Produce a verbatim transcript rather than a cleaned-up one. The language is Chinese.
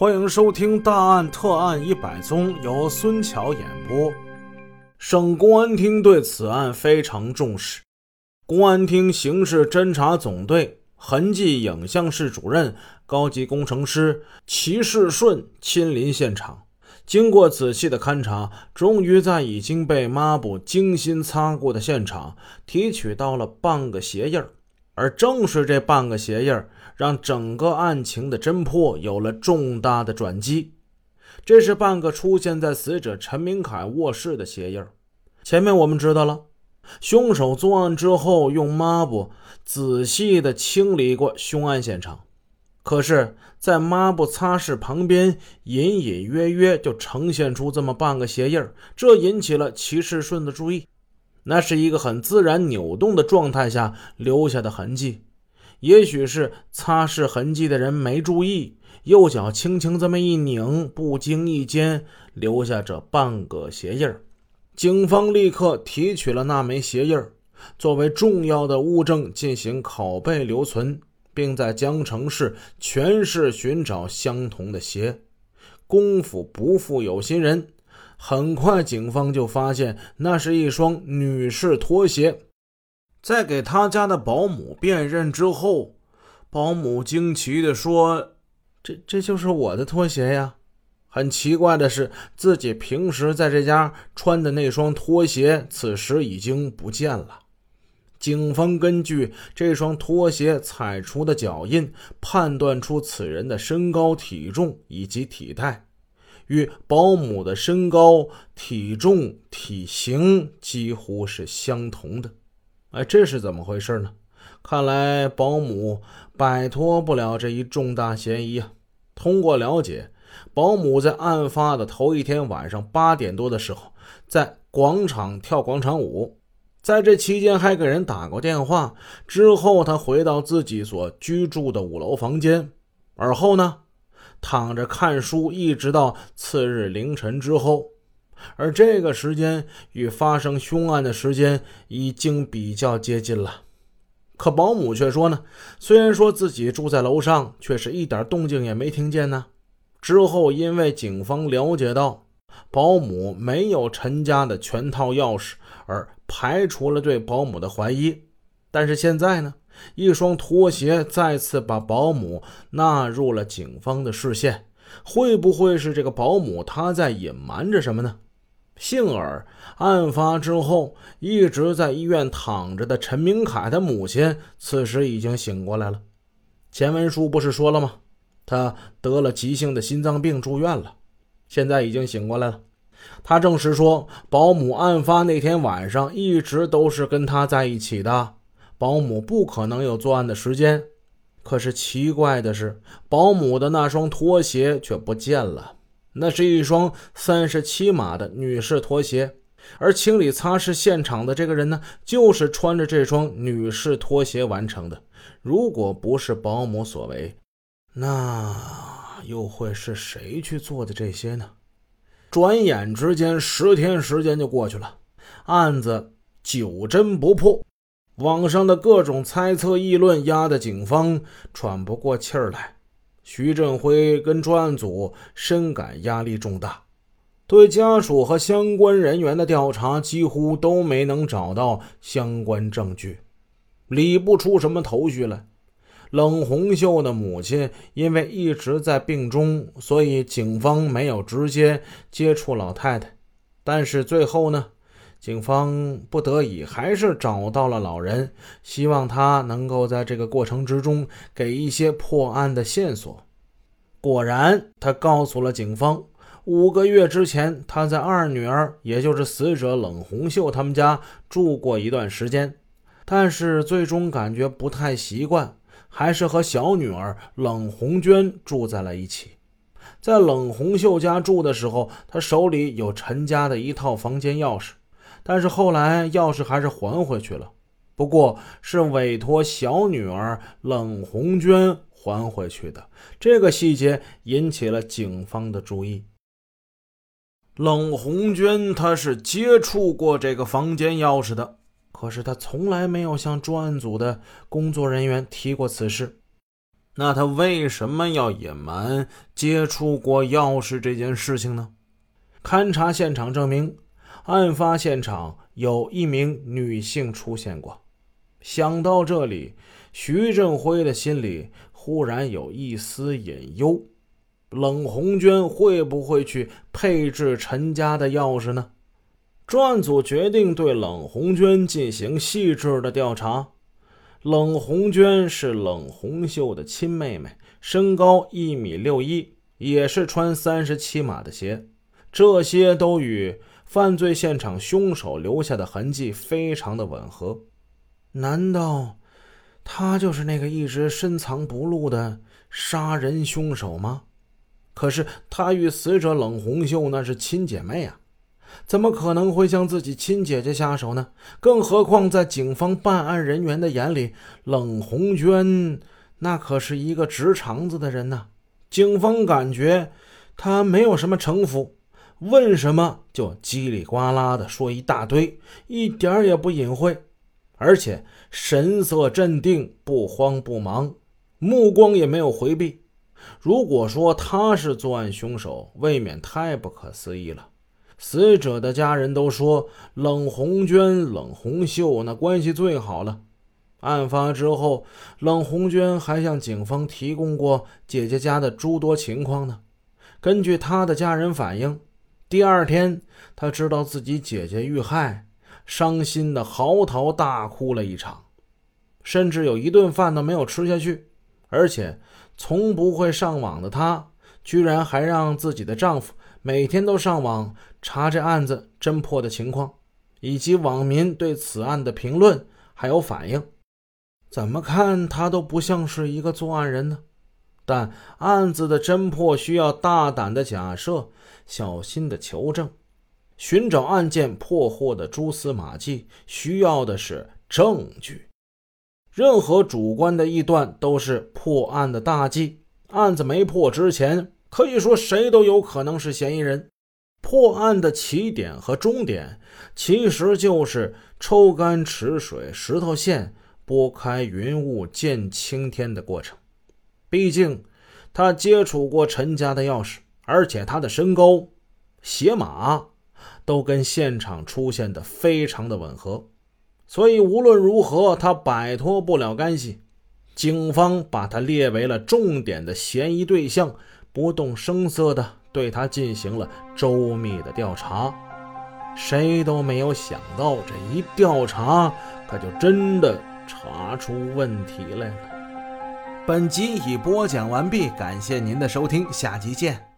欢迎收听大案特案一百宗，由孙桥演播。省公安厅对此案非常重视，公安厅刑事侦查总队痕迹影像室主任、高级工程师齐世顺亲临现场，经过仔细的勘查，终于在已经被抹布精心擦过的现场提取到了半个鞋印，而正是这半个鞋印让整个案情的侦破有了重大的转机。这是半个出现在死者陈明凯卧室的鞋印。前面我们知道了，凶手作案之后用抹布仔细地清理过凶案现场，可是在抹布擦拭旁边隐隐约约就呈现出这么半个鞋印，这引起了齐世顺的注意。那是一个很自然扭动的状态下留下的痕迹，也许是擦拭痕迹的人没注意，右脚轻轻这么一拧，不经意间留下这半个鞋印。警方立刻提取了那枚鞋印，作为重要的物证进行拷贝留存，并在江城市全市寻找相同的鞋。功夫不负有心人，很快警方就发现那是一双女士拖鞋。在给他家的保姆辨认之后，保姆惊奇地说，这这就是我的拖鞋呀。很奇怪的是，自己平时在这家穿的那双拖鞋此时已经不见了。警方根据这双拖鞋踩出的脚印，判断出此人的身高、体重以及体态，与保姆的身高、体重、体型几乎是相同的。哎，这是怎么回事呢？看来保姆摆脱不了这一重大嫌疑啊。通过了解，保姆在案发的头一天晚上八点多的时候，在广场跳广场舞，在这期间还给人打过电话。之后他回到自己所居住的五楼房间，而后呢，躺着看书，一直到次日凌晨之后。而这个时间与发生凶案的时间已经比较接近了。可保姆却说呢，虽然说自己住在楼上，却是一点动静也没听见呢。之后因为警方了解到保姆没有陈家的全套钥匙，而排除了对保姆的怀疑。但是现在呢，一双拖鞋再次把保姆纳入了警方的视线。会不会是这个保姆她在隐瞒着什么呢？幸而案发之后一直在医院躺着的陈明凯的母亲此时已经醒过来了。前文书不是说了吗？他得了急性的心脏病住院了，现在已经醒过来了。他证实说，保姆案发那天晚上一直都是跟他在一起的，保姆不可能有作案的时间。可是奇怪的是，保姆的那双拖鞋却不见了。那是一双三十七码的女士拖鞋，而清理擦拭现场的这个人呢，就是穿着这双女士拖鞋完成的。如果不是保姆所为，那又会是谁去做的这些呢？转眼之间十天时间就过去了，案子久侦不破。网上的各种猜测议论压得警方喘不过气儿来。徐振辉跟专案组深感压力重大，对家属和相关人员的调查几乎都没能找到相关证据，理不出什么头绪来。冷红秀的母亲因为一直在病中，所以警方没有直接接触老太太。但是最后呢，警方不得已还是找到了老人，希望他能够在这个过程之中给一些破案的线索。果然，他告诉了警方，五个月之前他在二女儿，也就是死者冷红秀他们家住过一段时间，但是最终感觉不太习惯，还是和小女儿冷红娟住在了一起。在冷红秀家住的时候，他手里有陈家的一套房间钥匙，但是后来钥匙还是还回去了，不过是委托小女儿冷红娟还回去的。这个细节引起了警方的注意。冷红娟她是接触过这个房间钥匙的，可是她从来没有向专案组的工作人员提过此事。 那他为什么要隐瞒接触过钥匙这件事情呢？勘查现场证明，案发现场有一名女性出现过。想到这里，徐振辉的心里忽然有一丝隐忧，冷红娟会不会去配置陈家的钥匙呢？专案组决定对冷红娟进行细致的调查。冷红娟是冷红秀的亲妹妹，身高一米六一，也是穿三十七码的鞋，这些都与犯罪现场凶手留下的痕迹非常的吻合。难道他就是那个一直深藏不露的杀人凶手吗？可是他与死者冷红秀那是亲姐妹啊，怎么可能会向自己亲姐姐下手呢？更何况在警方办案人员的眼里，冷红娟那可是一个直肠子的人呢。警方感觉他没有什么城府，问什么就叽里呱啦的说一大堆，一点也不隐晦，而且神色镇定，不慌不忙，目光也没有回避。如果说他是作案凶手，未免太不可思议了。死者的家人都说冷红娟、冷红秀那关系最好了。案发之后，冷红娟还向警方提供过姐姐家的诸多情况呢。根据她的家人反映，第二天她知道自己姐姐遇害，伤心的嚎啕大哭了一场，甚至有一顿饭都没有吃下去。而且从不会上网的她，居然还让自己的丈夫每天都上网查这案子侦破的情况，以及网民对此案的评论还有反应。怎么看他都不像是一个作案人呢？但案子的侦破需要大胆的假设，小心的求证，寻找案件破获的蛛丝马迹，需要的是证据。任何主观的臆断都是破案的大忌，案子没破之前，可以说谁都有可能是嫌疑人。破案的起点和终点其实就是抽干池水石头线，拨开云雾见青天的过程。毕竟他接触过陈家的钥匙，而且他的身高、鞋码都跟现场出现的非常的吻合，所以无论如何他摆脱不了干系。警方把他列为了重点的嫌疑对象，不动声色地对他进行了周密的调查。谁都没有想到，这一调查可就真的查出问题来了。本集已播讲完毕，感谢您的收听，下集见。